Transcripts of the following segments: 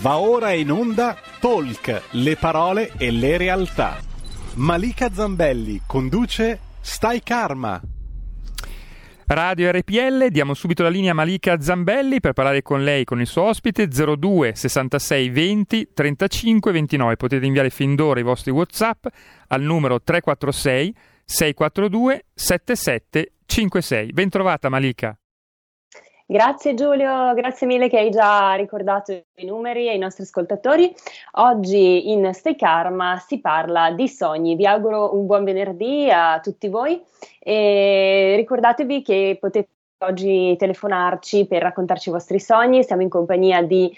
Va ora in onda Talk, le parole e le realtà. Malika Zambelli conduce Stai Karma. Radio RPL, diamo subito la linea a Malika Zambelli per parlare con lei, con il suo ospite. 02 66 20 35 29. Potete inviare fin d'ora i vostri WhatsApp al numero 346 642 7756. Bentrovata Malika. Grazie Giulio, grazie mille che hai già ricordato i numeri ai nostri ascoltatori. Oggi in Stay Karma si parla di sogni. Vi auguro un buon venerdì a tutti voi e ricordatevi che potete oggi telefonarci per raccontarci i vostri sogni. Siamo in compagnia di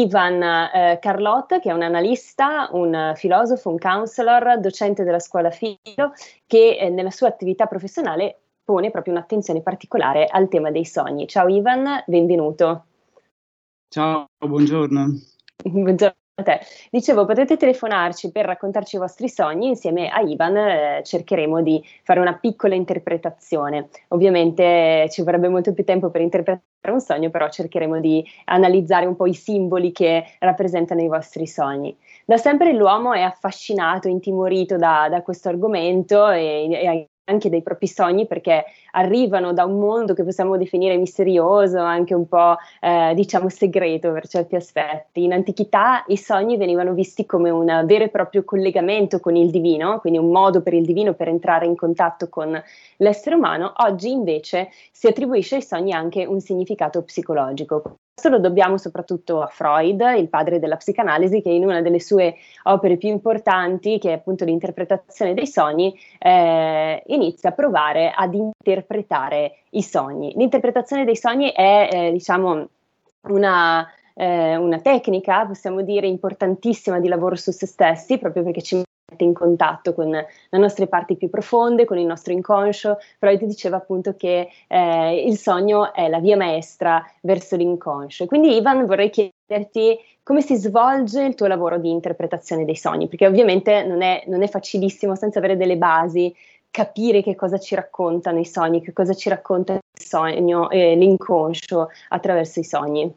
Ivan Carlotta, che è un analista, un filosofo, un counselor, docente della scuola Filo, che nella sua attività professionale pone proprio un'attenzione particolare al tema dei sogni. Ciao Ivan, benvenuto. Ciao, buongiorno. Buongiorno a te. Dicevo, potete telefonarci per raccontarci i vostri sogni. Insieme a Ivan cercheremo di fare una piccola interpretazione. Ovviamente ci vorrebbe molto più tempo per interpretare un sogno, però cercheremo di analizzare un po' i simboli che rappresentano i vostri sogni. Da sempre l'uomo è affascinato, intimorito da questo argomento e anche dei propri sogni, perché arrivano da un mondo che possiamo definire misterioso, anche un po' diciamo segreto per certi aspetti. In antichità i sogni venivano visti come un vero e proprio collegamento con il divino, quindi un modo per il divino per entrare in contatto con l'essere umano. Oggi invece si attribuisce ai sogni anche un significato psicologico. Questo lo dobbiamo soprattutto a Freud, il padre della psicanalisi, che in una delle sue opere più importanti, che è appunto l'interpretazione dei sogni, inizia a provare ad interpretare i sogni. L'interpretazione dei sogni è diciamo una tecnica, possiamo dire, importantissima di lavoro su se stessi, proprio perché ci mette in contatto con le nostre parti più profonde, con il nostro inconscio. Freud diceva appunto che il sogno è la via maestra verso l'inconscio. E quindi Ivan, vorrei chiederti come si svolge il tuo lavoro di interpretazione dei sogni, perché ovviamente non è facilissimo, senza avere delle basi, capire che cosa ci raccontano i sogni, che cosa ci racconta il sogno e l'inconscio attraverso i sogni.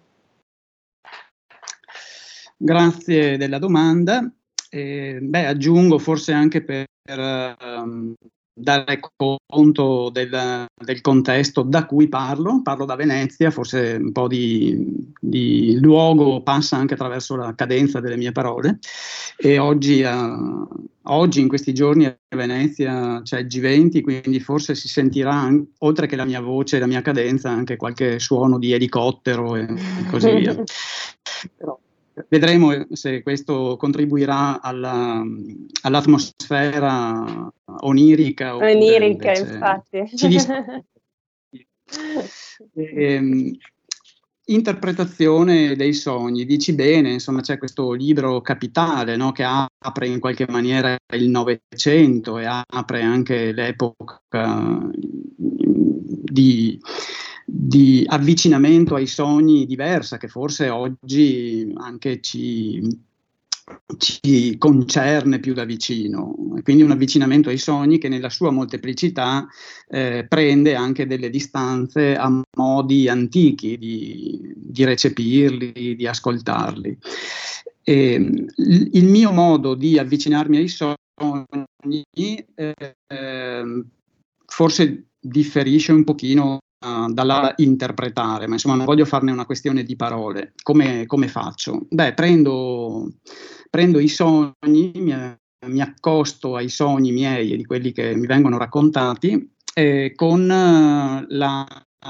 Grazie della domanda. Aggiungo forse anche per dare conto del contesto da cui parlo da Venezia, forse un po' di luogo passa anche attraverso la cadenza delle mie parole, e oggi in questi giorni a Venezia c'è il G20, quindi forse si sentirà, oltre che la mia voce e la mia cadenza, anche qualche suono di elicottero e così via. Però vedremo se questo contribuirà all'atmosfera onirica. Onirica, infatti. Interpretazione dei sogni, dici bene, insomma c'è questo libro capitale, no, che apre in qualche maniera il Novecento e apre anche l'epoca di avvicinamento ai sogni diversa, che forse oggi anche ci concerne più da vicino, quindi un avvicinamento ai sogni che nella sua molteplicità prende anche delle distanze a modi antichi di recepirli, di ascoltarli. Il mio modo di avvicinarmi ai sogni forse differisce un pochino dalla interpretare, ma insomma non voglio farne una questione di parole. Come faccio? Prendo i sogni, mi accosto ai sogni miei e di quelli che mi vengono raccontati con la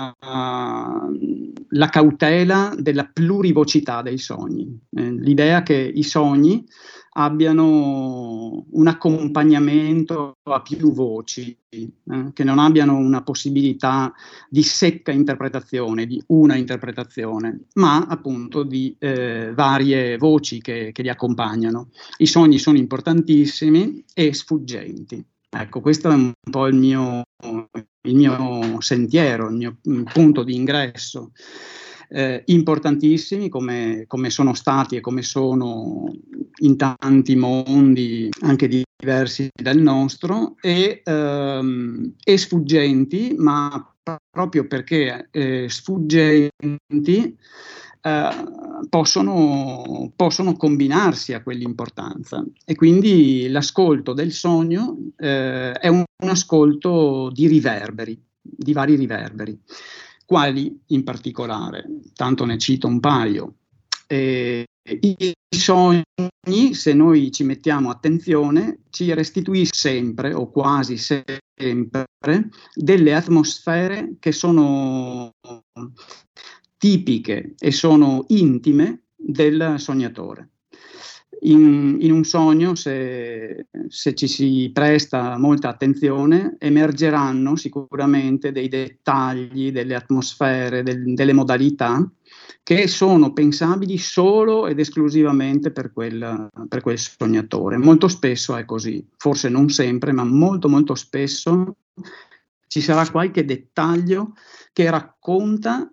cautela della plurivocità dei sogni, l'idea che i sogni abbiano un accompagnamento a più voci, che non abbiano una possibilità di secca interpretazione, di una interpretazione, ma appunto di varie voci che li accompagnano. I sogni sono importantissimi e sfuggenti. Ecco, questo è un po' il mio sentiero, il mio punto di ingresso. Importantissimi come sono stati e come sono in tanti mondi anche diversi dal nostro, e sfuggenti, ma proprio perché sfuggenti possono combinarsi a quell'importanza, e quindi l'ascolto del sogno è un ascolto di riverberi, di vari riverberi. Quali in particolare? Tanto ne cito un paio. I sogni, se noi ci mettiamo attenzione, ci restituiscono sempre o quasi sempre delle atmosfere che sono tipiche e sono intime del sognatore. In un sogno, se ci si presta molta attenzione, emergeranno sicuramente dei dettagli, delle atmosfere, delle modalità che sono pensabili solo ed esclusivamente per quel sognatore. Molto spesso è così, forse non sempre, ma molto molto spesso ci sarà qualche dettaglio che racconta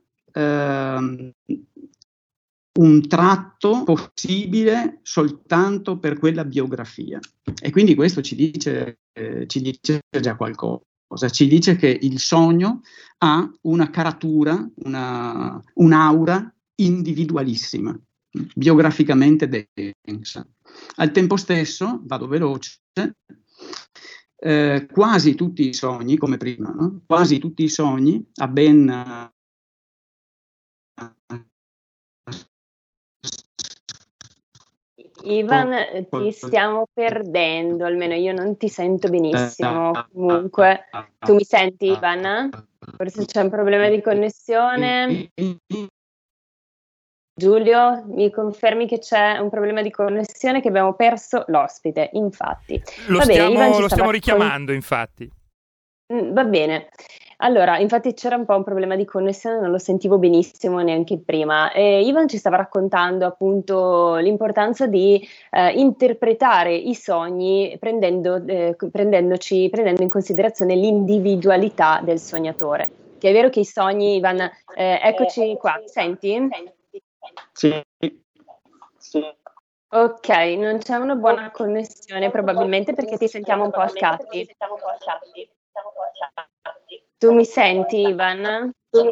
un tratto possibile soltanto per quella biografia, e quindi questo ci dice già qualcosa, ci dice che il sogno ha una caratura, un'aura individualissima, biograficamente densa. Al tempo stesso, vado veloce, quasi tutti i sogni, come prima, no? Quasi tutti i sogni, a ben Ivan, ti stiamo perdendo, almeno io non ti sento benissimo. Comunque, tu mi senti, Ivan? Forse c'è un problema di connessione. Giulio, mi confermi che c'è un problema di connessione, che abbiamo perso l'ospite, infatti. Lo stiamo richiamando, infatti. Va bene. Allora, infatti c'era un po' un problema di connessione, non lo sentivo benissimo neanche prima. Ivan ci stava raccontando appunto l'importanza di interpretare i sogni prendendo in considerazione l'individualità del sognatore. Che è vero che i sogni, Ivan, eccoci qua, senti? Sì. Ok, non c'è una buona connessione probabilmente perché ti sentiamo un po' a scatti. Tu mi senti, Ivan?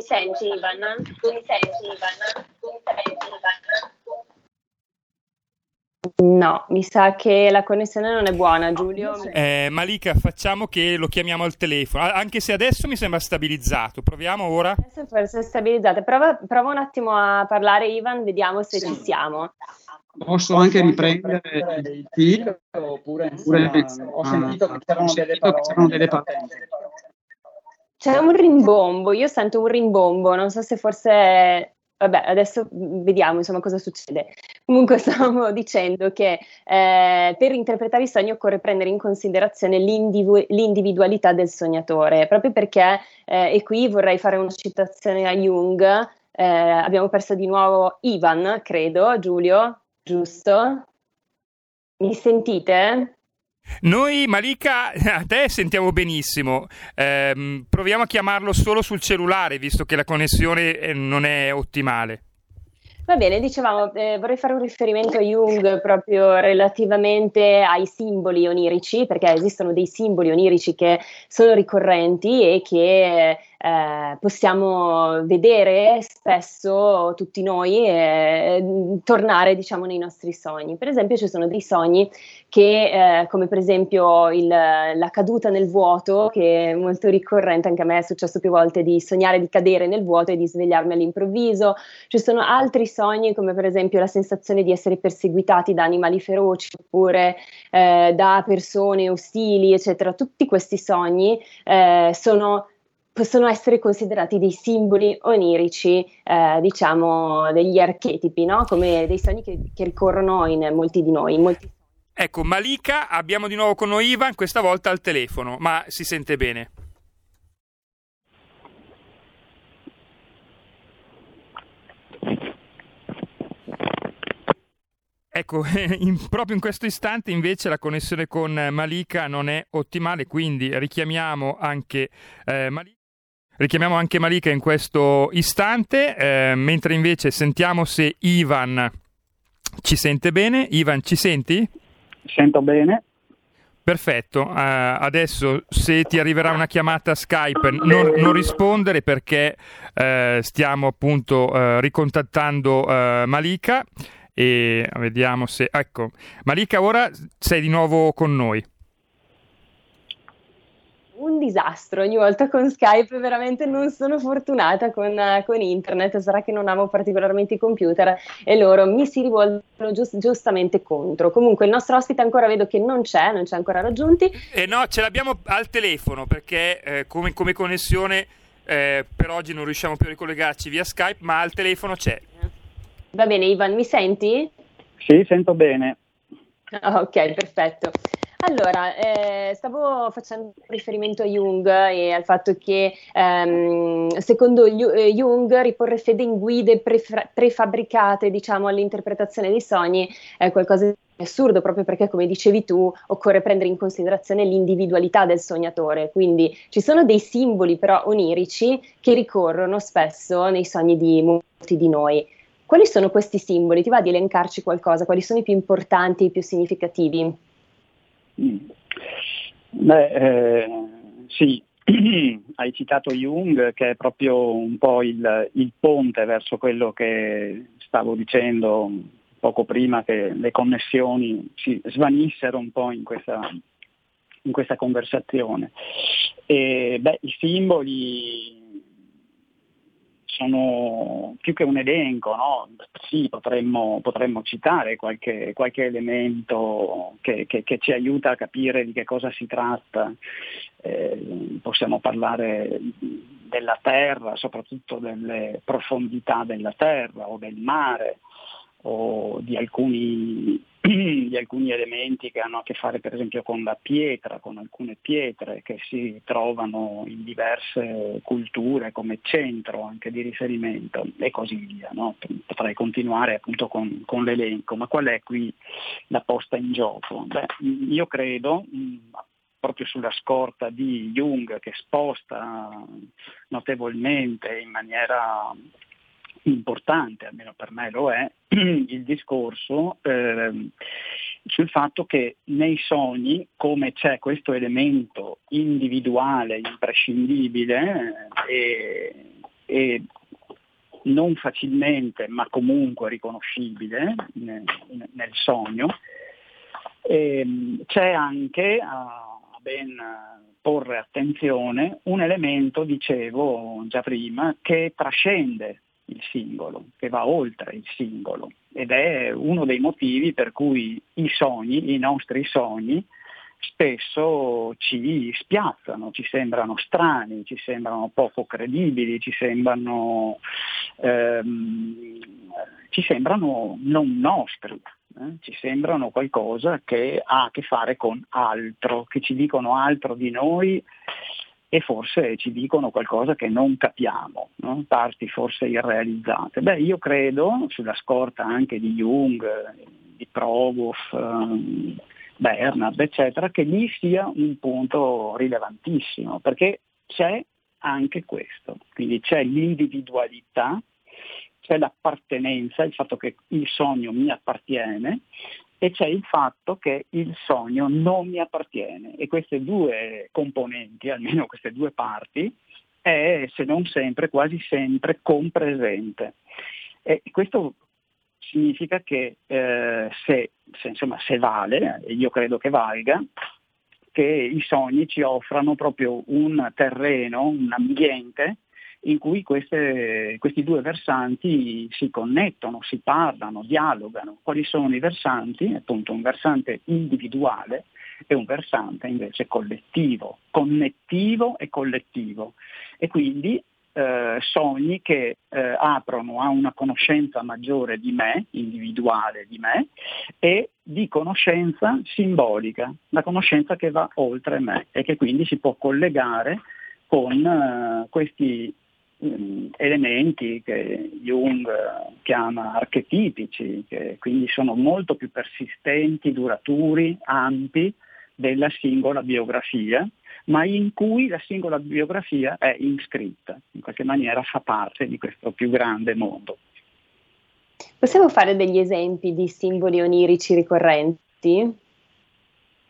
No, mi sa che la connessione non è buona, Giulio. Malika, facciamo che lo chiamiamo al telefono, anche se adesso mi sembra stabilizzato. Proviamo ora. Adesso forse è stabilizzato. Prova un attimo a parlare, Ivan, vediamo se ci siamo. Posso anche riprendere il filo, oppure ho sentito che c'erano delle patenti. C'è un rimbombo, io sento un rimbombo, non so se forse... Vabbè, adesso vediamo insomma cosa succede. Comunque stavamo dicendo che per interpretare i sogni occorre prendere in considerazione l'individualità del sognatore, proprio perché, e qui vorrei fare una citazione a Jung, abbiamo perso di nuovo Ivan, credo, Giulio, giusto? Mi sentite? Noi, Malika, a te sentiamo benissimo. Proviamo a chiamarlo solo sul cellulare, visto che la connessione non è ottimale. Va bene, dicevamo, vorrei fare un riferimento a Jung proprio relativamente ai simboli onirici, perché esistono dei simboli onirici che sono ricorrenti e che possiamo vedere spesso tutti noi tornare, diciamo, nei nostri sogni. Per esempio ci sono dei sogni che, come per esempio la caduta nel vuoto, che è molto ricorrente, anche a me è successo più volte di sognare di cadere nel vuoto e di svegliarmi all'improvviso. Ci sono altri sogni, come per esempio la sensazione di essere perseguitati da animali feroci oppure da persone ostili, eccetera. Tutti questi sogni possono essere considerati dei simboli onirici, diciamo degli archetipi, no? Come dei sogni che ricorrono in molti di noi. Ecco, Malika, abbiamo di nuovo con noi Ivan, questa volta al telefono, ma si sente bene. Ecco, proprio in questo istante invece la connessione con Malika non è ottimale, quindi richiamiamo anche Malika in questo istante, mentre invece sentiamo se Ivan ci sente bene. Ivan, ci senti? Sento bene. Perfetto, adesso se ti arriverà una chiamata Skype non rispondere perché stiamo appunto ricontattando Malika e vediamo se... Ecco, Malika, ora sei di nuovo con noi. Un disastro ogni volta con Skype, veramente non sono fortunata con internet, sarà che non amo particolarmente i computer e loro mi si rivolgono giustamente contro. Comunque il nostro ospite ancora vedo che non c'è ancora raggiunti. No, ce l'abbiamo al telefono perché come connessione per oggi non riusciamo più a ricollegarci via Skype, ma al telefono c'è. Va bene, Ivan, mi senti? Sì, sento bene. Ok, perfetto. Allora, stavo facendo riferimento a Jung e al fatto che secondo Jung riporre fede in guide prefabbricate, diciamo, all'interpretazione dei sogni è qualcosa di assurdo, proprio perché, come dicevi tu, occorre prendere in considerazione l'individualità del sognatore. Quindi ci sono dei simboli però onirici che ricorrono spesso nei sogni di molti di noi. Quali sono questi simboli? Ti va di elencarci qualcosa? Quali sono i più importanti, i più significativi? Sì, hai citato Jung, che è proprio un po' il ponte verso quello che stavo dicendo poco prima, che le connessioni si svanissero un po' in questa conversazione. I simboli sono più che un elenco, no? Sì, potremmo citare qualche elemento che ci aiuta a capire di che cosa si tratta. Possiamo parlare della terra, soprattutto delle profondità della terra o del mare, o di alcuni elementi che hanno a che fare per esempio con la pietra, con alcune pietre che si trovano in diverse culture come centro anche di riferimento e così via, no? Potrei continuare appunto con l'elenco, ma qual è qui la posta in gioco? Io credo, proprio sulla scorta di Jung, che sposta notevolmente in maniera importante, almeno per me lo è, il discorso sul fatto che nei sogni, come c'è questo elemento individuale, imprescindibile e non facilmente ma comunque riconoscibile nel sogno, c'è anche, a ben porre attenzione, un elemento, dicevo già prima, che trascende il singolo, che va oltre il singolo, ed è uno dei motivi per cui i nostri sogni, spesso ci spiazzano, ci sembrano strani, ci sembrano poco credibili, ci sembrano non nostri, ci sembrano qualcosa che ha a che fare con altro, che ci dicono altro di noi e forse ci dicono qualcosa che non capiamo, no? Parti forse irrealizzate. Io credo, sulla scorta anche di Jung, di Progoff, Bernard, eccetera, che lì sia un punto rilevantissimo, perché c'è anche questo, quindi c'è l'individualità, c'è l'appartenenza, il fatto che il sogno mi appartiene, e c'è il fatto che il sogno non mi appartiene, e queste due componenti, almeno queste due parti, è se non sempre, quasi sempre compresente. E questo significa che se vale, e io credo che valga, che i sogni ci offrano proprio un terreno, un ambiente in cui questi due versanti si connettono, si parlano, dialogano. Quali sono i versanti? Appunto un versante individuale e un versante invece collettivo, connettivo e collettivo. E quindi sogni che aprono a una conoscenza maggiore di me, individuale di me, e di conoscenza simbolica, la conoscenza che va oltre me e che quindi si può collegare con questi elementi che Jung chiama archetipici, che quindi sono molto più persistenti, duraturi, ampi della singola biografia, ma in cui la singola biografia è iscritta, in qualche maniera fa parte di questo più grande mondo. Possiamo fare degli esempi di simboli onirici ricorrenti?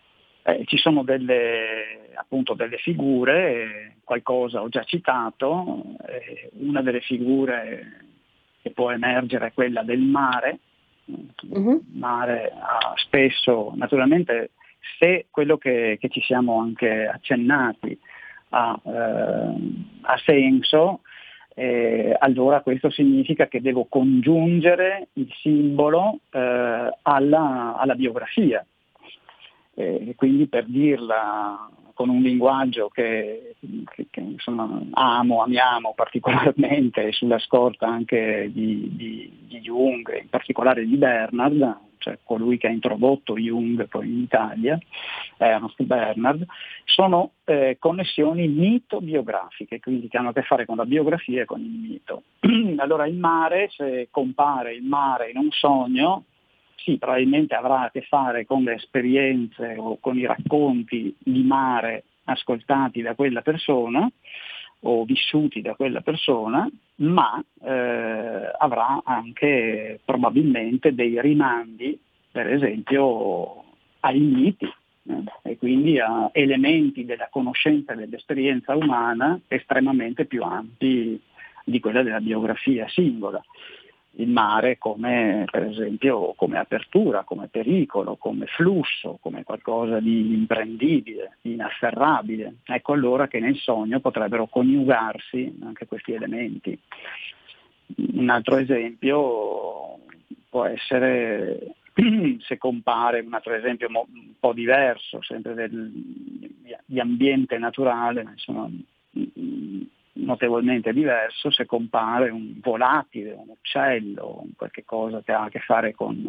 Ci sono appunto delle figure, qualcosa ho già citato, una delle figure che può emergere è quella del mare. Il mare ha spesso, naturalmente, se quello che ci siamo anche accennati ha senso, allora questo significa che devo congiungere il simbolo alla biografia. Quindi, per dirla con un linguaggio che insomma amiamo particolarmente, sulla scorta anche di Jung, in particolare di Bernard, cioè colui che ha introdotto Jung poi in Italia, Ernst Bernard, sono connessioni mito-biografiche, quindi che hanno a che fare con la biografia e con il mito. Allora il mare, se compare il mare in un sogno, sì, probabilmente avrà a che fare con le esperienze o con i racconti di mare ascoltati da quella persona o vissuti da quella persona, ma avrà anche probabilmente dei rimandi, per esempio, ai miti, e quindi a elementi della conoscenza e dell'esperienza umana estremamente più ampi di quella della biografia singola. Il mare come, per esempio, come apertura, come pericolo, come flusso, come qualcosa di imprendibile, di inafferrabile. Ecco allora che nel sogno potrebbero coniugarsi anche questi elementi. Un altro esempio può essere, se compare, un altro esempio un po' diverso, sempre di ambiente naturale, insomma, notevolmente diverso, se compare un volatile, un uccello, qualche cosa che ha a che fare con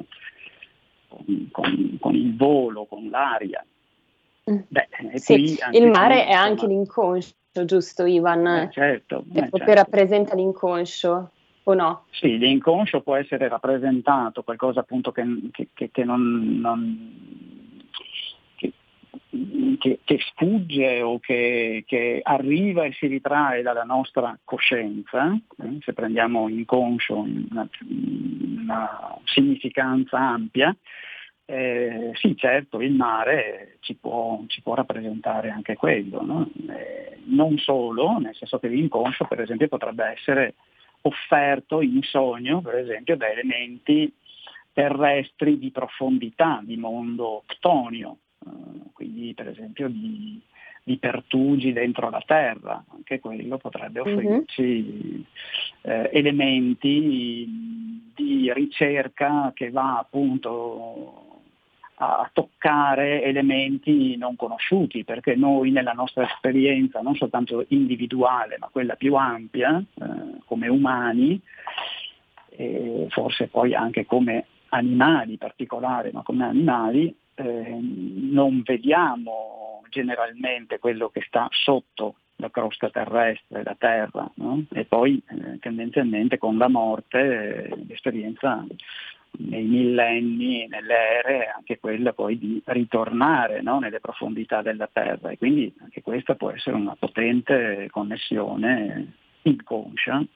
il volo, con l'aria. Sì, il mare è anche l'inconscio, giusto Ivan? Certo. Proprio rappresenta l'inconscio, o no? Sì, l'inconscio può essere rappresentato, qualcosa appunto che sfugge o che arriva e si ritrae dalla nostra coscienza, se prendiamo inconscio una significanza ampia. Sì, certo, il mare ci può rappresentare anche quello, no? Non solo, nel senso che l'inconscio, per esempio, potrebbe essere offerto in sogno, per esempio, da elementi terrestri di profondità, di mondo ctonio, quindi per esempio di pertugi dentro la terra, anche quello potrebbe offrirci elementi di ricerca che va appunto a toccare elementi non conosciuti, perché noi nella nostra esperienza, non soltanto individuale, ma quella più ampia, come umani, e forse poi anche come animali particolari, ma come animali, non vediamo generalmente quello che sta sotto la crosta terrestre, la terra, no? E poi tendenzialmente con la morte l'esperienza nei millenni, nelle ere, anche quella poi di ritornare, no? Nelle profondità della terra, e quindi anche questa può essere una potente connessione inconscia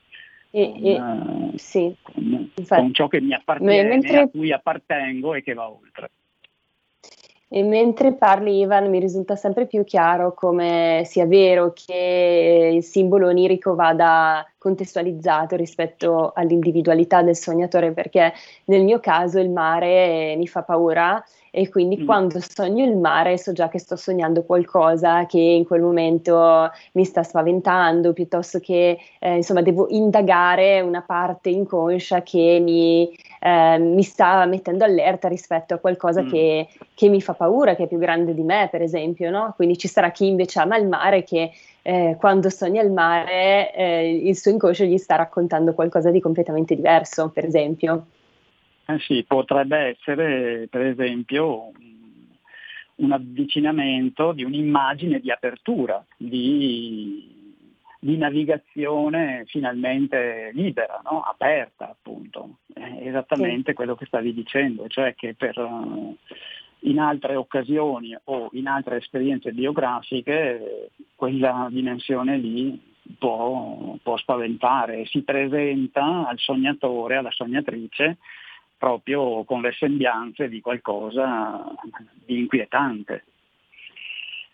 con ciò che mi appartiene, a cui appartengo e che va oltre. E mentre parli, Ivan, mi risulta sempre più chiaro come sia vero che il simbolo onirico vada contestualizzato rispetto all'individualità del sognatore, perché nel mio caso il mare mi fa paura e quindi quando sogno il mare so già che sto sognando qualcosa che in quel momento mi sta spaventando, piuttosto che insomma devo indagare una parte inconscia che mi sta mettendo allerta rispetto a qualcosa che mi fa paura, che è più grande di me, per esempio, no? Quindi ci sarà chi invece ama il mare, che quando sogna il mare il suo inconscio gli sta raccontando qualcosa di completamente diverso, per esempio. Sì, potrebbe essere per esempio un avvicinamento di un'immagine di apertura, di navigazione finalmente libera, no? Aperta appunto, esattamente quello che stavi dicendo, cioè che in altre occasioni o in altre esperienze biografiche quella dimensione lì può spaventare, si presenta al sognatore, alla sognatrice, proprio con le sembianze di qualcosa di inquietante.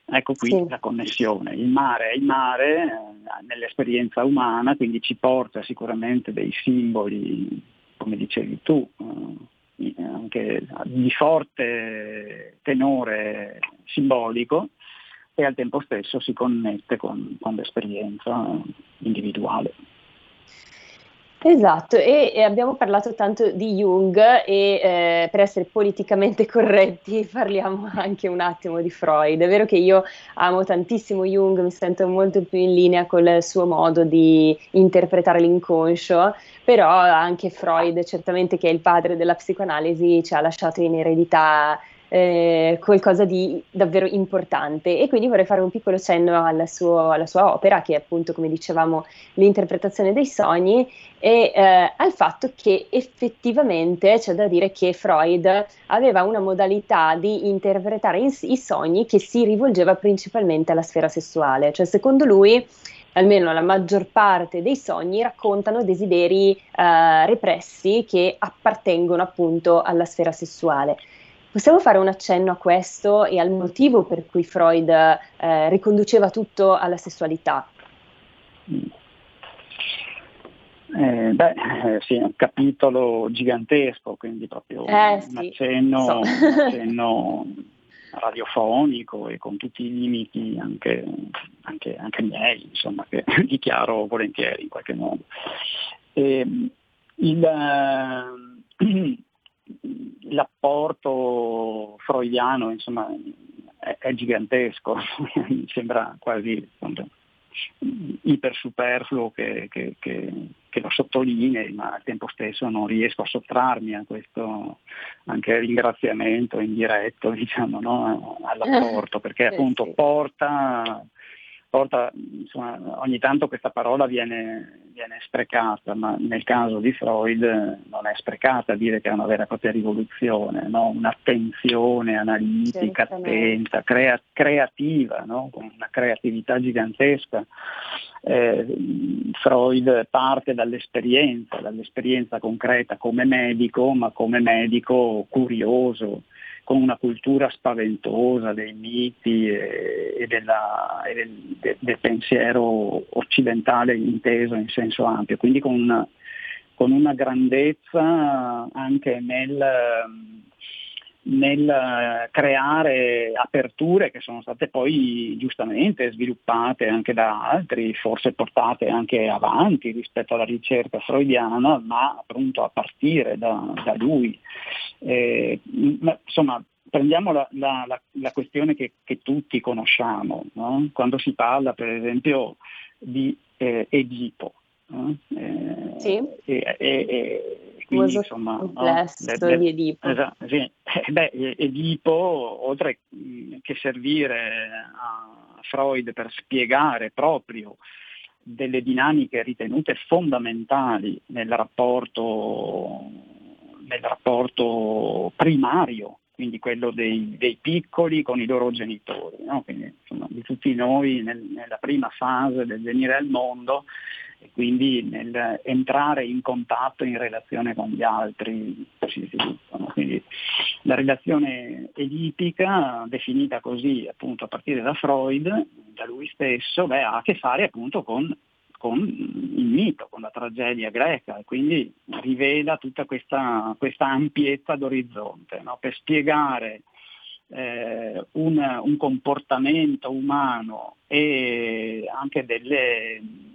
Ecco qui Sì. la connessione. Il mare è il mare nell'esperienza umana, quindi ci porta sicuramente dei simboli, come dicevi tu, anche di forte tenore simbolico, e al tempo stesso si connette con l'esperienza individuale. Esatto, e abbiamo parlato tanto di Jung e per essere politicamente corretti parliamo anche un attimo di Freud. È vero che io amo tantissimo Jung, mi sento molto più in linea col suo modo di interpretare l'inconscio, però anche Freud, certamente che è il padre della psicoanalisi, ci ha lasciato in eredità qualcosa di davvero importante, e quindi vorrei fare un piccolo cenno alla sua opera, che è appunto, come dicevamo, l'interpretazione dei sogni, e al fatto che effettivamente c'è da dire che Freud aveva una modalità di interpretare i sogni che si rivolgeva principalmente alla sfera sessuale, cioè secondo lui almeno la maggior parte dei sogni raccontano desideri repressi che appartengono appunto alla sfera sessuale. Possiamo fare un accenno a questo e al motivo per cui Freud riconduceva tutto alla sessualità? Sì, è un capitolo gigantesco, quindi proprio Sì, un accenno radiofonico e con tutti i limiti anche miei, insomma, che dichiaro volentieri in qualche modo. L'apporto freudiano, insomma, è gigantesco, mi sembra quasi iper superfluo che lo sottolinei, ma al tempo stesso non riesco a sottrarmi a questo anche ringraziamento indiretto, diciamo, no? All'apporto, perché appunto sì. porta, insomma, ogni tanto questa parola viene sprecata, ma nel caso di Freud non è sprecata dire che è una vera e propria rivoluzione, no? Un'attenzione analitica, attenta, creativa, no? Con una creatività gigantesca. Freud parte dall'esperienza concreta come medico, ma come medico curioso, con una cultura spaventosa dei miti e del pensiero occidentale inteso in senso ampio, quindi con una grandezza anche nel creare aperture che sono state poi giustamente sviluppate anche da altri, forse portate anche avanti rispetto alla ricerca freudiana, ma appunto a partire da lui. Insomma, prendiamo la questione che tutti conosciamo, no? Quando si parla per esempio di Edipo, no? Sì. Quindi, insomma, complesso di Edipo. Esatto, sì. Edipo, oltre che servire a Freud per spiegare proprio delle dinamiche ritenute fondamentali nel rapporto primario, quindi quello dei piccoli con i loro genitori, no? Quindi, insomma, di tutti noi nella prima fase del venire al mondo, e quindi nel entrare in contatto, in relazione con gli altri si sviluppano. Quindi la relazione edipica, definita così appunto a partire da Freud, da lui stesso, ha a che fare appunto con il mito, con la tragedia greca, e quindi rivela tutta questa ampiezza d'orizzonte, no? Per spiegare un comportamento umano e anche delle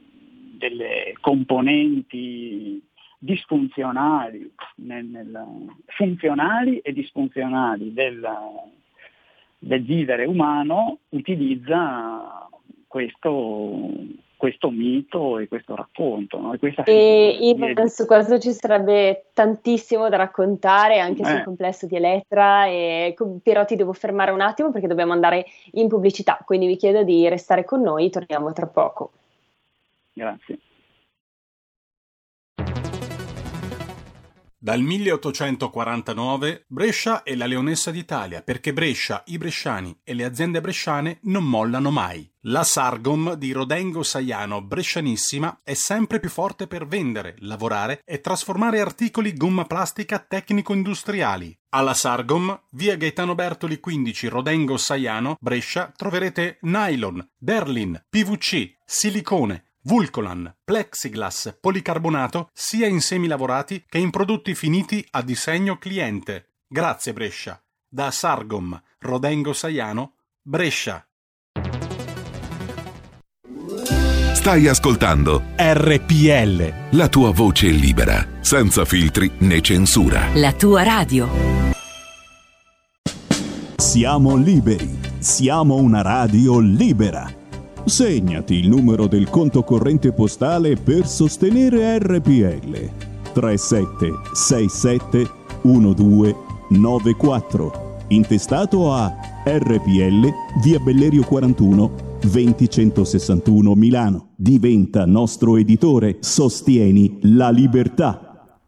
componenti disfunzionali, funzionali e disfunzionali del vivere umano, utilizza questo mito e questo racconto, no? E su questo ci sarebbe tantissimo da raccontare anche sul complesso di Elettra, però ti devo fermare un attimo perché dobbiamo andare in pubblicità, quindi vi chiedo di restare con noi, torniamo tra poco. Grazie. Dal 1849 Brescia è la leonessa d'Italia, perché Brescia, i bresciani e le aziende bresciane non mollano mai. La Sargom di Rodengo Saiano Brescianissima è sempre più forte per vendere, lavorare e trasformare articoli gomma plastica tecnico-industriali. Alla Sargom, via Gaetano Bertoli 15 Rodengo Saiano, Brescia, troverete nylon, Berlin, PVC, silicone, Vulcolan, plexiglass, policarbonato, sia in semi lavorati che in prodotti finiti a disegno cliente. Grazie Brescia. Da Sargom, Rodengo Saiano, Brescia. Stai ascoltando RPL. La tua voce libera, senza filtri né censura. La tua radio. Siamo liberi. Siamo una radio libera. Segnati il numero del conto corrente postale per sostenere RPL. 37671294. Intestato a RPL, via Bellerio 41, 20161 Milano. Diventa nostro editore. Sostieni la libertà.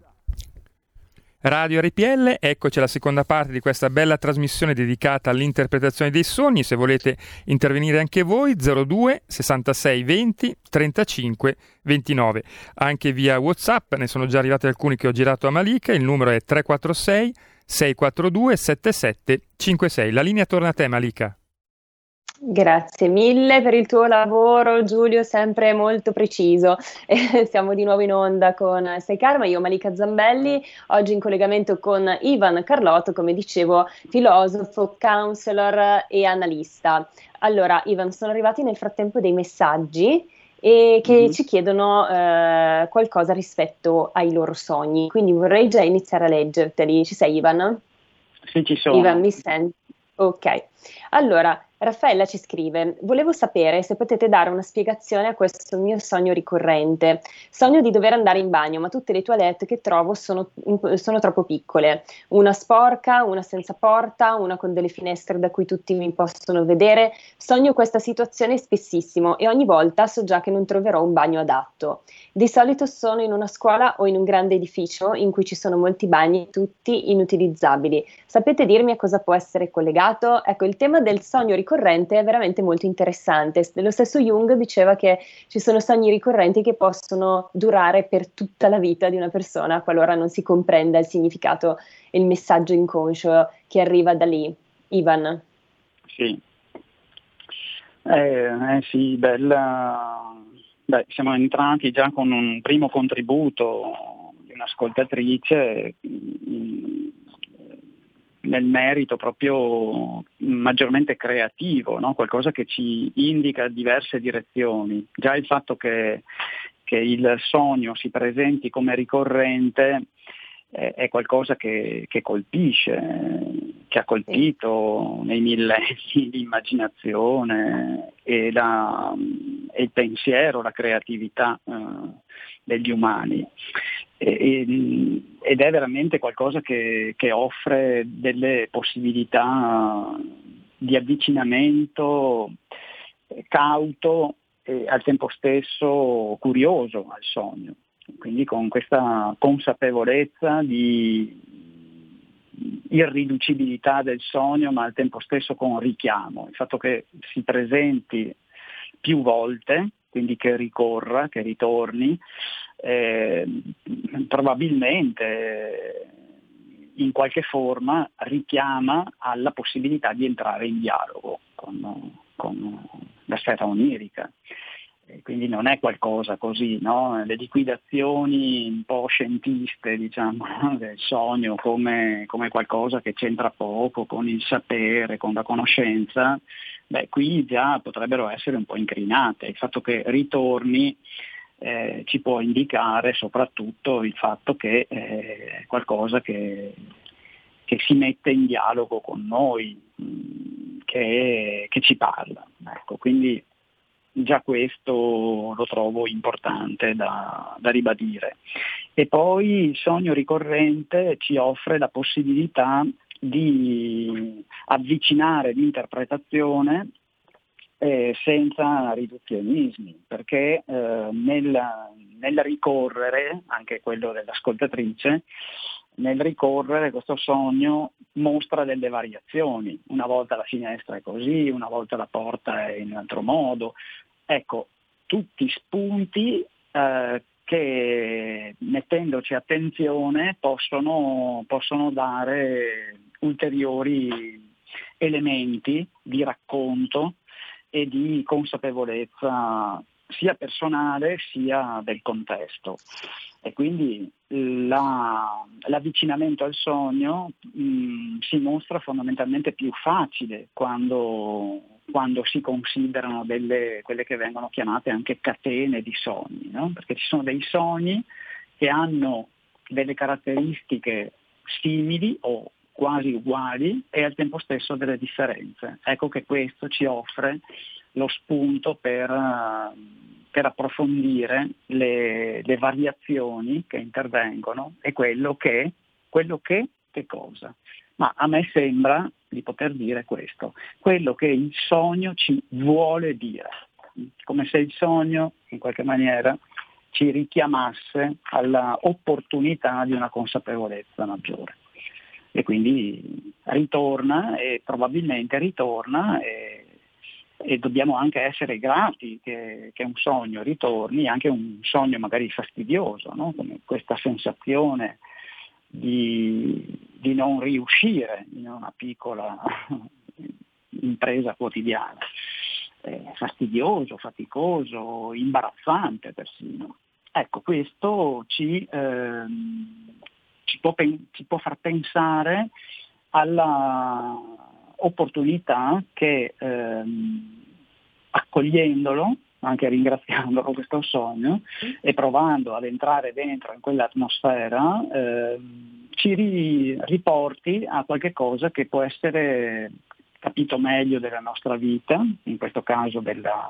Radio RPL, eccoci alla seconda parte di questa bella trasmissione dedicata all'interpretazione dei sogni. Se volete intervenire anche voi, 02 66 20 35 29. Anche via WhatsApp, ne sono già arrivati alcuni che ho girato a Malika, il numero è 346 642 7756. La linea torna a te, Malika. Grazie mille per il tuo lavoro, Giulio, sempre molto preciso. Siamo di nuovo in onda con Sei Karma, io Malika Zambelli, oggi in collegamento con Ivan Carlotto, come dicevo, filosofo, counselor e analista. Allora, Ivan, sono arrivati nel frattempo dei messaggi che ci chiedono qualcosa rispetto ai loro sogni, quindi vorrei già iniziare a leggerteli. Ci sei, Ivan? Sì, ci sono. Ivan, mi senti? Ok. Allora, Raffaella ci scrive: volevo sapere se potete dare una spiegazione a questo mio sogno ricorrente. Sogno di dover andare in bagno, ma tutte le toilette che trovo sono troppo piccole. Una sporca, una senza porta, una con delle finestre da cui tutti mi possono vedere. Sogno questa situazione spessissimo e ogni volta so già che non troverò un bagno adatto. Di solito sono in una scuola o in un grande edificio in cui ci sono molti bagni, tutti inutilizzabili. Sapete dirmi a cosa può essere collegato? Ecco, il tema del sogno ricorrente è veramente molto interessante. Lo stesso Jung diceva che ci sono sogni ricorrenti che possono durare per tutta la vita di una persona qualora non si comprenda il significato e il messaggio inconscio che arriva da lì. Ivan? Sì, sì, bella. Beh, siamo entrati già con un primo contributo di un'ascoltatrice nel merito proprio maggiormente creativo, no? Qualcosa che ci indica diverse direzioni. Già il fatto che il sogno si presenti come ricorrente è qualcosa che colpisce, che ha colpito nei millenni l'immaginazione e il pensiero, la creatività degli umani. Ed è veramente qualcosa che offre delle possibilità di avvicinamento cauto e al tempo stesso curioso al sogno. Quindi con questa consapevolezza di irriducibilità del sogno, ma al tempo stesso con richiamo. Il fatto che si presenti più volte, quindi che ricorra, che ritorni, probabilmente in qualche forma richiama alla possibilità di entrare in dialogo con la sfera onirica. Quindi non è qualcosa così, no? Le liquidazioni un po' scientiste, diciamo, del sogno come qualcosa che c'entra poco con il sapere, con la conoscenza, qui già potrebbero essere un po' incrinate. Il fatto che ritorni ci può indicare soprattutto il fatto che è qualcosa che si mette in dialogo con noi, che ci parla. Ecco, quindi già questo lo trovo importante da ribadire. E poi il sogno ricorrente ci offre la possibilità di avvicinare l'interpretazione senza riduzionismi, perché nel ricorrere, anche quello dell'ascoltatrice, nel ricorrere questo sogno mostra delle variazioni, una volta la finestra è così, una volta la porta è in un altro modo, ecco, tutti spunti che mettendoci attenzione possono dare ulteriori elementi di racconto e di consapevolezza sia personale sia del contesto. E quindi l'avvicinamento al sogno si mostra fondamentalmente più facile quando si considerano quelle che vengono chiamate anche catene di sogni, no? Perché ci sono dei sogni che hanno delle caratteristiche simili o quasi uguali e al tempo stesso delle differenze. Ecco che questo ci offre lo spunto per approfondire le variazioni che intervengono e quello che cosa. Ma a me sembra di poter dire questo, quello che il sogno ci vuole dire, come se il sogno in qualche maniera ci richiamasse alla opportunità di una consapevolezza maggiore. E quindi ritorna e probabilmente ritorna e dobbiamo anche essere grati che un sogno ritorni, anche un sogno magari fastidioso, no? Come questa sensazione di non riuscire in una piccola impresa quotidiana. Fastidioso, faticoso, imbarazzante persino. Ecco, questo ci può far pensare alla opportunità che accogliendolo, anche ringraziandolo questo sogno e provando ad entrare dentro in quell'atmosfera, ci riporti a qualche cosa che può essere capito meglio della nostra vita, in questo caso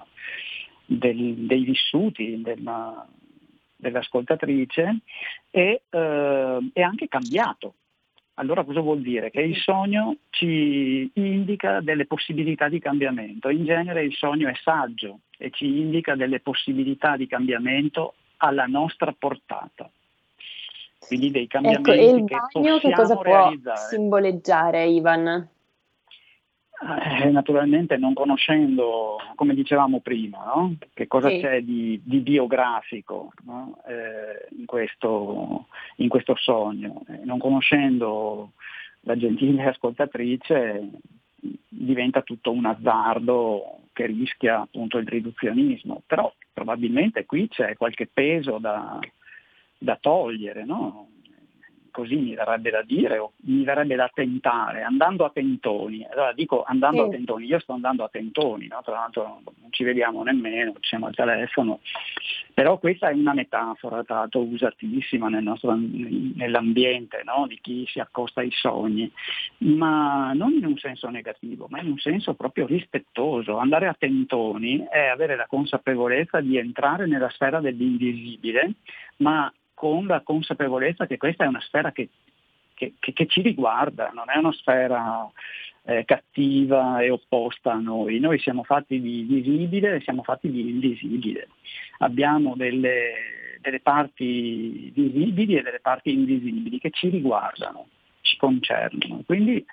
dei vissuti dell'ascoltatrice e anche cambiato. Allora cosa vuol dire? Che il sogno ci indica delle possibilità di cambiamento. In genere il sogno è saggio e ci indica delle possibilità di cambiamento alla nostra portata. Quindi dei cambiamenti ecco, e il che bagno che cosa può realizzare. simboleggiare, Ivan? Naturalmente non conoscendo, come dicevamo prima, no? Che cosa Sì. c'è di biografico, no? in questo sogno, non conoscendo la gentile ascoltatrice diventa tutto un azzardo che rischia appunto il riduzionismo, però probabilmente qui c'è qualche peso da togliere, no? Così mi verrebbe da dire, o mi verrebbe da tentare, andando a tentoni. Allora dico andando a tentoni, io sto andando a tentoni, no? Tra l'altro non ci vediamo nemmeno, siamo al telefono, però questa è una metafora tra l'altro usatissima nell'ambiente, no? Di chi si accosta ai sogni, ma non in un senso negativo, ma in un senso proprio rispettoso. Andare a tentoni è avere la consapevolezza di entrare nella sfera dell'invisibile, ma con la consapevolezza che questa è una sfera che ci riguarda, non è una sfera cattiva e opposta a noi. Noi siamo fatti di visibile e siamo fatti di invisibile. Abbiamo delle parti visibili e delle parti invisibili che ci riguardano, ci concernono. Quindi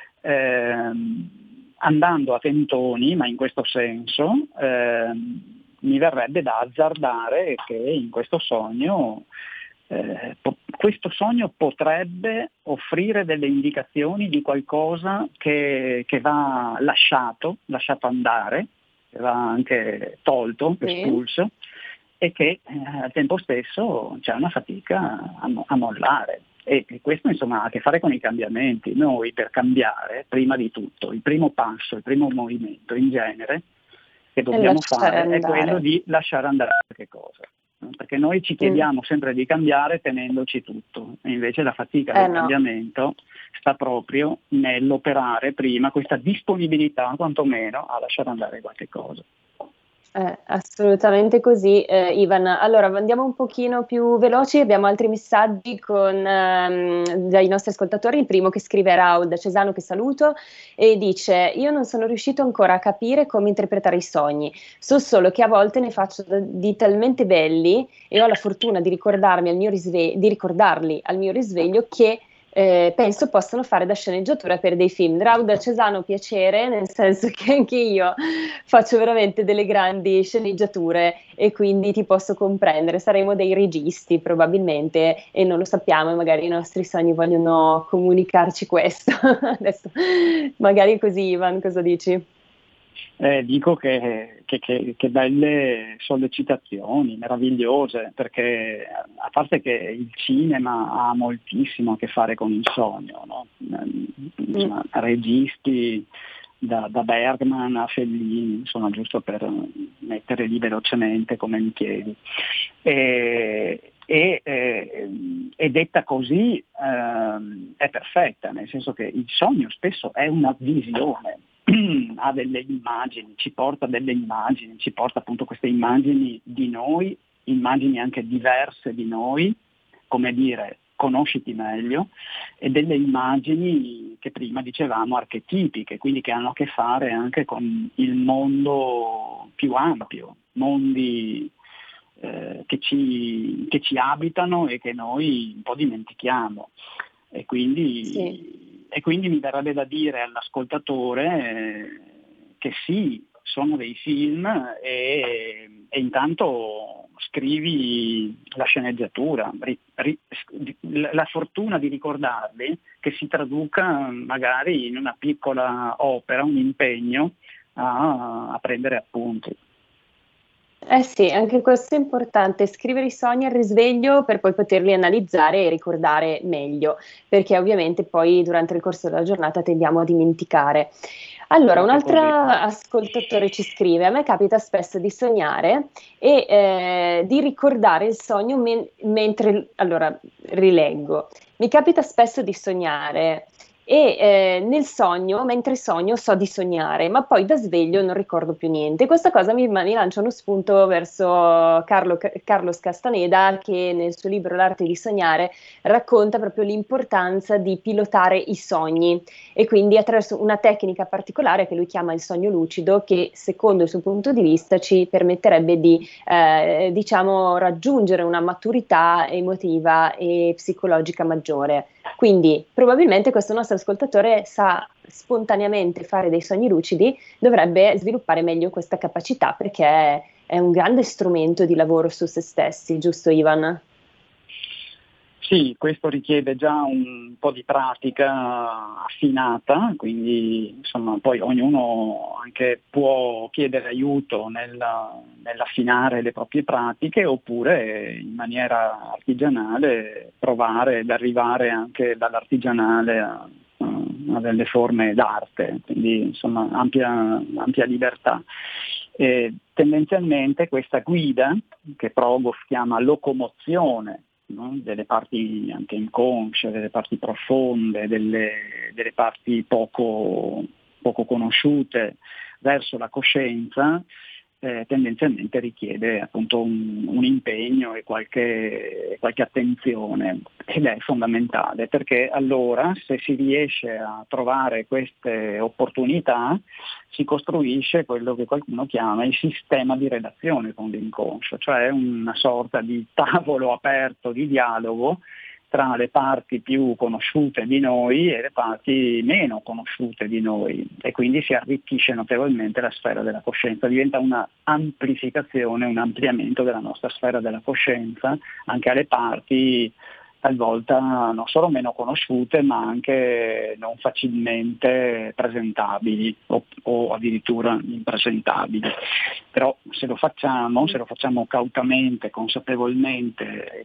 andando a tentoni, ma in questo senso, mi verrebbe da azzardare che in questo sogno potrebbe offrire delle indicazioni di qualcosa che va lasciato andare, che va anche tolto, espulso, e che al tempo stesso c'è una fatica a mollare. E questo insomma ha a che fare con i cambiamenti. Noi per cambiare, prima di tutto, il primo passo, il primo movimento in genere che dobbiamo fare è quello di lasciare andare qualche cosa. Perché noi ci chiediamo sempre di cambiare tenendoci tutto, e invece la fatica del cambiamento sta proprio nell'operare prima questa disponibilità quantomeno a lasciare andare qualche cosa. Assolutamente così, Ivan. Allora andiamo un pochino più veloci, abbiamo altri messaggi dai nostri ascoltatori. Il primo che scrive è Raul da Cesano, che saluto, e dice: io non sono riuscito ancora a capire come interpretare i sogni, so solo che a volte ne faccio di talmente belli e ho la fortuna di ricordarli al mio risveglio che penso possano fare da sceneggiatura per dei film. Raul da Cesano, piacere, nel senso che anche io faccio veramente delle grandi sceneggiature e quindi ti posso comprendere. Saremo dei registi probabilmente e non lo sappiamo, e magari i nostri sogni vogliono comunicarci questo. Adesso magari così, Ivan, cosa dici? Dico che belle sollecitazioni, meravigliose, perché a parte che il cinema ha moltissimo a che fare con il sogno, no? Insomma, registi da Bergman a Fellini, insomma, giusto per mettere lì velocemente come mi chiedi. E detta così è perfetta, nel senso che il sogno spesso è una visione, ha delle immagini, ci porta appunto queste immagini di noi, immagini anche diverse di noi, come dire, conosciti meglio, e delle immagini che prima dicevamo archetipiche, quindi che hanno a che fare anche con il mondo più ampio, mondi che ci abitano e che noi un po' dimentichiamo. E quindi, Sì. e quindi mi verrebbe da dire all'ascoltatore che sì, sono dei film e intanto scrivi la sceneggiatura, la fortuna di ricordarli, che si traduca magari in una piccola opera, un impegno a prendere appunti. Eh sì, anche questo è importante, scrivere i sogni al risveglio per poi poterli analizzare e ricordare meglio, perché ovviamente poi durante il corso della giornata tendiamo a dimenticare. Allora, un altro ascoltatore ci scrive: a me capita spesso di sognare e di ricordare il sogno mentre, allora, rileggo. Mi capita spesso di sognare e nel sogno, mentre sogno, so di sognare, ma poi da sveglio non ricordo più niente. Questa cosa mi lancia uno spunto verso Carlos Castaneda, che nel suo libro L'arte di sognare racconta proprio l'importanza di pilotare i sogni, e quindi attraverso una tecnica particolare che lui chiama il sogno lucido, che secondo il suo punto di vista ci permetterebbe di diciamo raggiungere una maturità emotiva e psicologica maggiore. Quindi probabilmente questo nostro ascoltatore sa spontaneamente fare dei sogni lucidi, dovrebbe sviluppare meglio questa capacità, perché è un grande strumento di lavoro su se stessi, giusto Ivan? Sì, questo richiede già un po' di pratica affinata, quindi insomma poi ognuno anche può chiedere aiuto nell'affinare le proprie pratiche, oppure in maniera artigianale provare ad arrivare anche dall'artigianale a delle forme d'arte, quindi insomma ampia libertà. Tendenzialmente questa guida, che Progov chiama locomozione, no? Delle parti anche inconsce, delle parti profonde, delle parti poco conosciute verso la coscienza, tendenzialmente richiede appunto un impegno e qualche attenzione, ed è fondamentale, perché allora se si riesce a trovare queste opportunità si costruisce quello che qualcuno chiama il sistema di relazione con l'inconscio, cioè una sorta di tavolo aperto di dialogo tra le parti più conosciute di noi e le parti meno conosciute di noi, e quindi si arricchisce notevolmente la sfera della coscienza, diventa una amplificazione, un ampliamento della nostra sfera della coscienza anche alle parti talvolta non solo meno conosciute, ma anche non facilmente presentabili o addirittura impresentabili. Però se lo facciamo cautamente, consapevolmente e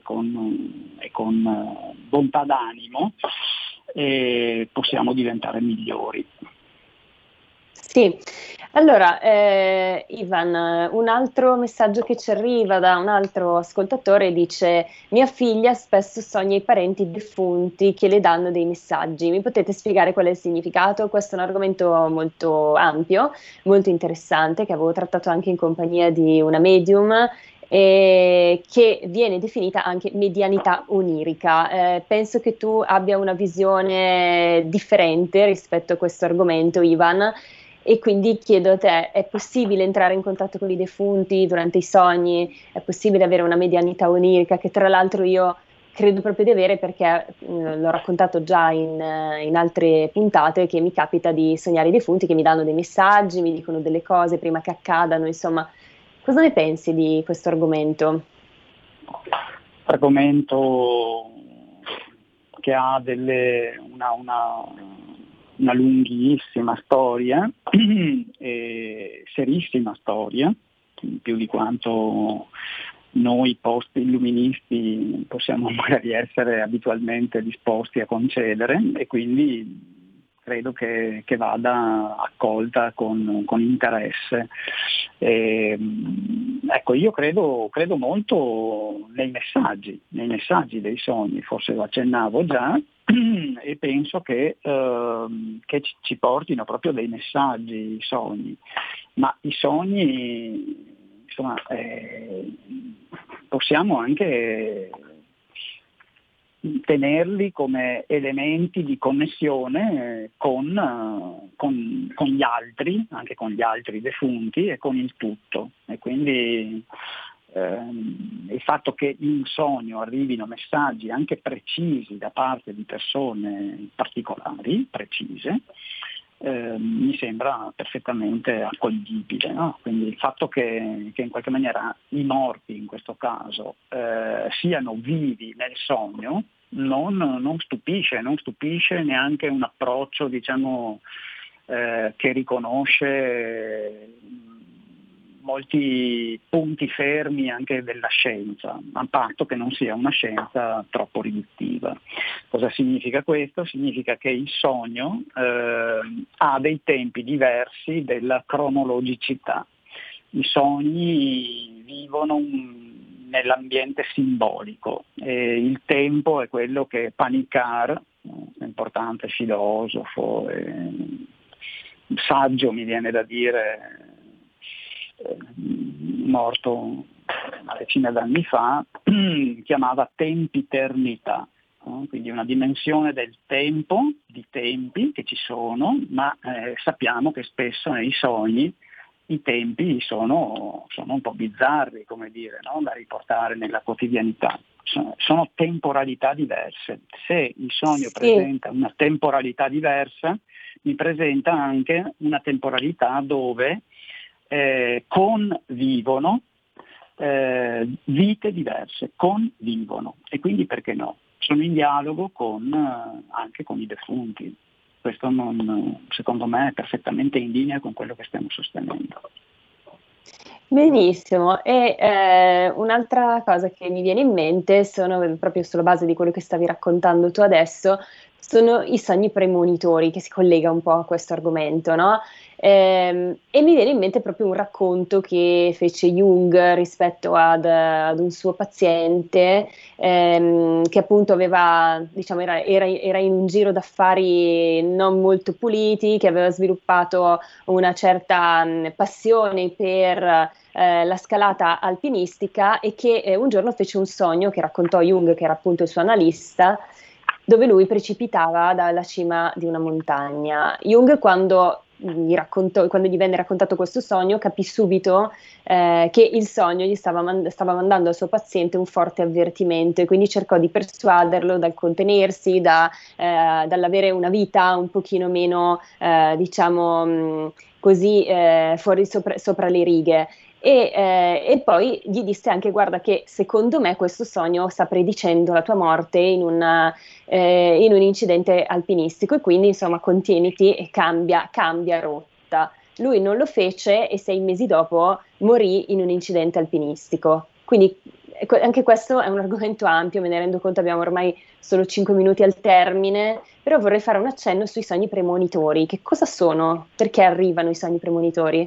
con bontà d'animo, possiamo diventare migliori. Sì, allora Ivan, un altro messaggio che ci arriva da un altro ascoltatore dice: mia figlia spesso sogna i parenti defunti che le danno dei messaggi. Mi potete spiegare qual è il significato? Questo è un argomento molto ampio, molto interessante, che avevo trattato anche in compagnia di una medium. Che viene definita anche medianità onirica. Penso che tu abbia una visione differente rispetto a questo argomento, Ivan, e quindi chiedo a te, è possibile entrare in contatto con i defunti durante i sogni? È possibile avere una medianità onirica, che tra l'altro io credo proprio di avere, perché l'ho raccontato già in altre puntate, che mi capita di sognare i defunti che mi danno dei messaggi, mi dicono delle cose prima che accadano, insomma. Cosa ne pensi di questo argomento? Argomento che ha una lunghissima storia, serissima storia, più di quanto noi post-illuministi possiamo magari essere abitualmente disposti a concedere, e quindi credo che vada accolta con interesse. Ecco, io credo molto nei messaggi dei sogni, forse lo accennavo già, e penso che ci portino proprio dei messaggi i sogni, ma i sogni, insomma, possiamo anche tenerli come elementi di connessione con gli altri, anche con gli altri defunti e con il tutto. E quindi il fatto che in sogno arrivino messaggi anche precisi da parte di persone particolari, precise, mi sembra perfettamente accoglibile, no? Quindi il fatto che in qualche maniera i morti in questo caso siano vivi nel sogno non stupisce neanche un approccio, diciamo, che riconosce molti punti fermi anche della scienza, a patto che non sia una scienza troppo riduttiva. Cosa significa questo? Significa che il sogno ha dei tempi diversi della cronologicità. I sogni vivono nell'ambiente simbolico e il tempo è quello che Panikkar, un importante filosofo, saggio mi viene da dire, morto una decina d'anni fa, chiamava tempiternità, no? Quindi una dimensione del tempo, di tempi che ci sono, ma sappiamo che spesso nei sogni i tempi sono un po' bizzarri, come dire, no? Da riportare nella quotidianità. Sono temporalità diverse. Se il sogno presenta una temporalità diversa, mi presenta anche una temporalità dove convivono vite diverse, convivono, e quindi perché no? Sono in dialogo anche con i defunti. Questo secondo me è perfettamente in linea con quello che stiamo sostenendo. Benissimo, e un'altra cosa che mi viene in mente sono, proprio sulla base di quello che stavi raccontando tu adesso, sono i sogni premonitori, che si collega un po' a questo argomento, no? E mi viene in mente proprio un racconto che fece Jung rispetto ad un suo paziente, che appunto aveva, diciamo, era in un giro d'affari non molto puliti, che aveva sviluppato una certa passione per la scalata alpinistica, e che un giorno fece un sogno che raccontò Jung, che era appunto il suo analista, dove lui precipitava dalla cima di una montagna. Jung, quando gli venne raccontato questo sogno, capì subito che il sogno gli stava mandando al suo paziente un forte avvertimento, e quindi cercò di persuaderlo dal contenersi, dall'avere una vita un pochino meno, diciamo così, fuori sopra le righe. E poi gli disse anche: guarda che secondo me questo sogno sta predicendo la tua morte in un incidente alpinistico, e quindi insomma contieniti e cambia rotta. Lui non lo fece e 6 mesi dopo morì in un incidente alpinistico. Quindi anche questo è un argomento ampio, me ne rendo conto, abbiamo ormai solo 5 minuti al termine, però vorrei fare un accenno sui sogni premonitori. Che cosa sono? Perché arrivano i sogni premonitori?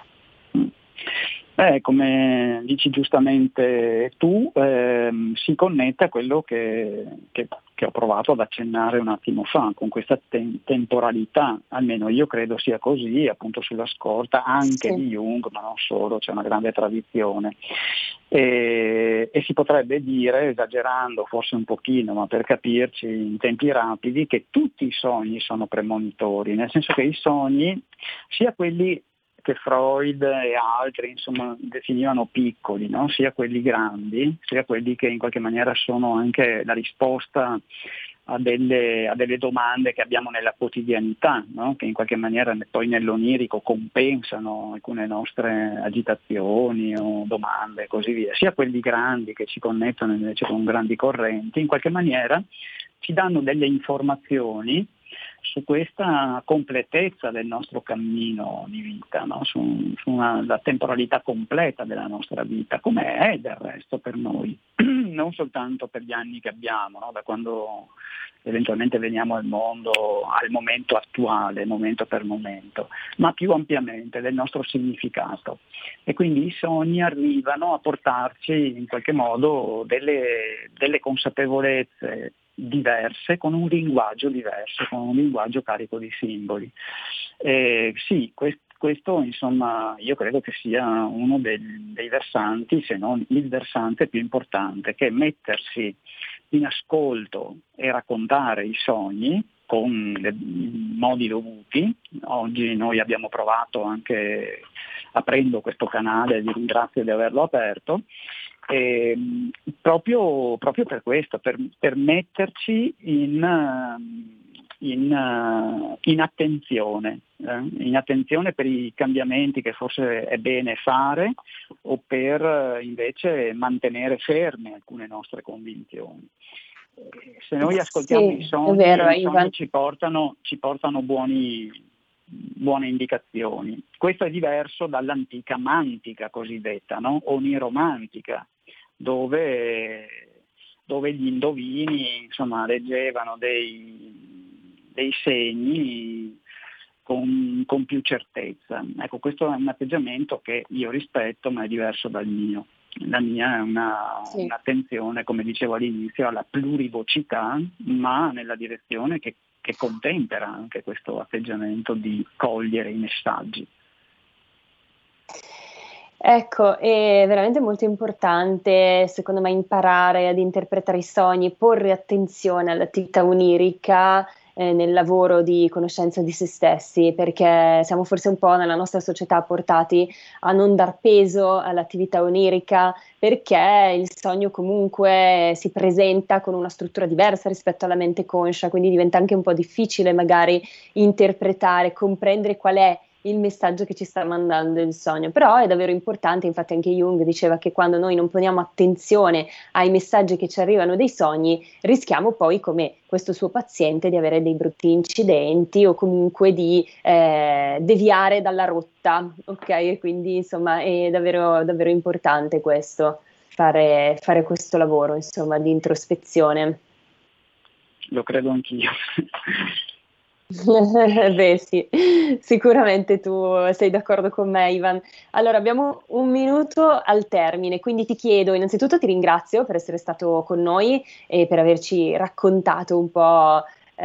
Come dici giustamente tu, si connette a quello che ho provato ad accennare un attimo fa, con questa temporalità, almeno io credo sia così, appunto sulla scorta anche di Jung, ma non solo, c'è una grande tradizione. E si potrebbe dire, esagerando forse un pochino, ma per capirci in tempi rapidi, che tutti i sogni sono premonitori, nel senso che i sogni, sia quelli che Freud e altri insomma definivano piccoli, no? Sia quelli grandi, sia quelli che in qualche maniera sono anche la risposta a delle domande che abbiamo nella quotidianità, no? Che in qualche maniera poi nell'onirico compensano alcune nostre agitazioni o domande e così via, sia quelli grandi che ci connettono invece con grandi correnti, in qualche maniera ci danno delle informazioni su questa completezza del nostro cammino di vita, no? La temporalità completa della nostra vita, come è del resto per noi, non soltanto per gli anni che abbiamo, no? Da quando eventualmente veniamo al mondo, al momento attuale, momento per momento, ma più ampiamente del nostro significato. E quindi i sogni arrivano a portarci in qualche modo delle consapevolezze diverse, con un linguaggio diverso, con un linguaggio carico di simboli. Sì, questo insomma io credo che sia uno dei versanti, se non il versante più importante, che è mettersi in ascolto e raccontare i sogni con i modi dovuti. Oggi noi abbiamo provato anche aprendo questo canale, vi ringrazio di averlo aperto, proprio per questo, per metterci in attenzione per i cambiamenti che forse è bene fare o per invece mantenere ferme alcune nostre convinzioni. Se noi ascoltiamo i sogni, i sogni ci portano buone indicazioni. Questo è diverso dall'antica mantica cosiddetta, no? O niromantica, dove gli indovini insomma leggevano dei segni con più certezza. Ecco, questo è un atteggiamento che io rispetto, ma è diverso dal mio. La mia è un'attenzione, come dicevo all'inizio, alla plurivocità, ma nella direzione che contempera anche questo atteggiamento di cogliere i messaggi. Ecco, è veramente molto importante, secondo me, imparare ad interpretare i sogni, porre attenzione all'attività onirica nel lavoro di conoscenza di se stessi, perché siamo forse un po' nella nostra società portati a non dar peso all'attività onirica, perché il sogno comunque si presenta con una struttura diversa rispetto alla mente conscia, quindi diventa anche un po' difficile magari interpretare, comprendere qual è il messaggio che ci sta mandando il sogno. Però è davvero importante, infatti anche Jung diceva che quando noi non poniamo attenzione ai messaggi che ci arrivano dei sogni, rischiamo poi, come questo suo paziente, di avere dei brutti incidenti o comunque di deviare dalla rotta, ok? Quindi insomma è davvero, davvero importante questo, fare questo lavoro insomma di introspezione. Lo credo anch'io. Beh sì, sicuramente tu sei d'accordo con me, Ivan. Allora abbiamo un minuto al termine, quindi ti chiedo, innanzitutto ti ringrazio per essere stato con noi e per averci raccontato un po'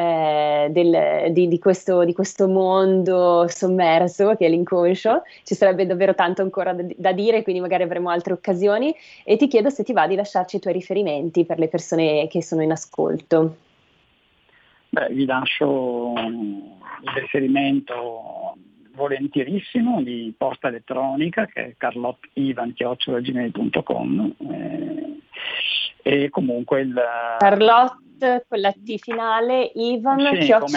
di questo mondo sommerso che è l'inconscio. Ci sarebbe davvero tanto ancora da dire, quindi magari avremo altre occasioni, e ti chiedo se ti va di lasciarci i tuoi riferimenti per le persone che sono in ascolto. Vi lascio il riferimento volentierissimo di posta elettronica, che è carlottivan@gmail.com, e comunque il Carlotte con la T finale, Ivan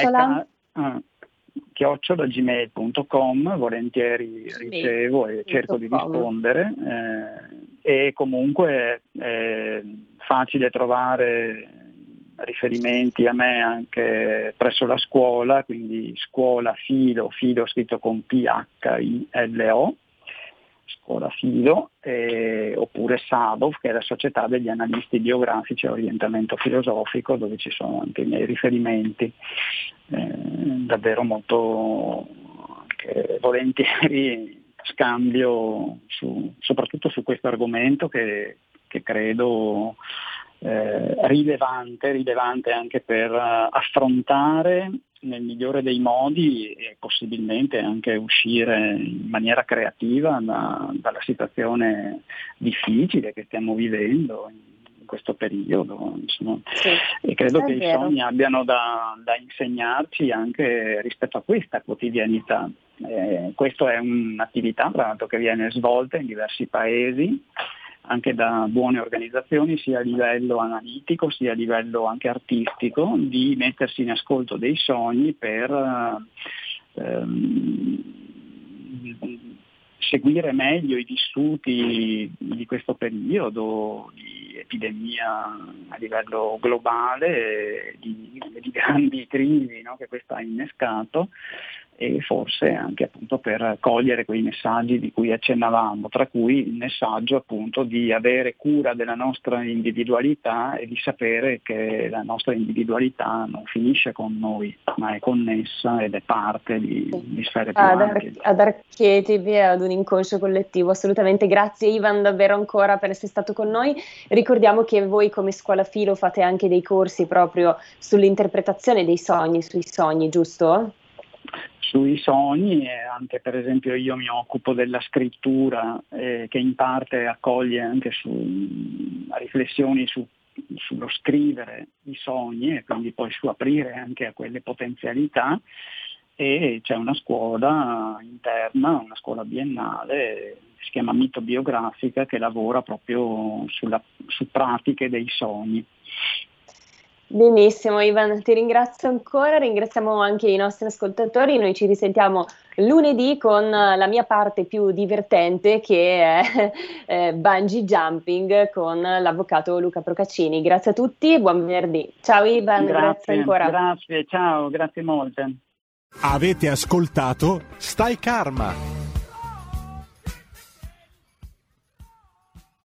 @gmail.com, volentieri ricevo e cerco di rispondere, e comunque è facile trovare riferimenti a me anche presso la scuola, quindi scuola Filo scritto con PHILO, Scuola Filo, oppure SABOF, che è la Società degli Analisti Biografici a Orientamento Filosofico, dove ci sono anche i miei riferimenti, davvero molto anche volentieri scambio soprattutto su questo argomento che credo rilevante anche per affrontare nel migliore dei modi e possibilmente anche uscire in maniera creativa dalla situazione difficile che stiamo vivendo in questo periodo, insomma. Sì, e credo che i sogni abbiano da insegnarci anche rispetto a questa quotidianità. Questa è un'attività tra l'altro che viene svolta in diversi paesi anche da buone organizzazioni, sia a livello analitico sia a livello anche artistico, di mettersi in ascolto dei sogni per seguire meglio i vissuti di questo periodo di epidemia a livello globale, di grandi crisi, no, che questo ha innescato, e forse anche appunto per cogliere quei messaggi di cui accennavamo, tra cui il messaggio appunto di avere cura della nostra individualità e di sapere che la nostra individualità non finisce con noi, ma è connessa ed è parte di sfere più ampie. Ad archetipi e ad un inconscio collettivo, assolutamente. Grazie Ivan davvero ancora per essere stato con noi. Ricordiamo che voi come Scuola Filo fate anche dei corsi proprio sull'interpretazione dei sogni, sui sogni, giusto? Sui sogni, e anche per esempio io mi occupo della scrittura che in parte accoglie anche riflessioni sullo scrivere i sogni e quindi poi su aprire anche a quelle potenzialità, e c'è una scuola interna, una scuola biennale, si chiama Mito Biografica, che lavora proprio su pratiche dei sogni. Benissimo Ivan, ti ringrazio ancora, ringraziamo anche i nostri ascoltatori, noi ci risentiamo lunedì con la mia parte più divertente che è bungee jumping con l'avvocato Luca Procaccini. Grazie a tutti e buon venerdì. Ciao Ivan, grazie ancora. Grazie, ciao, grazie molte. Avete ascoltato Stai Karma.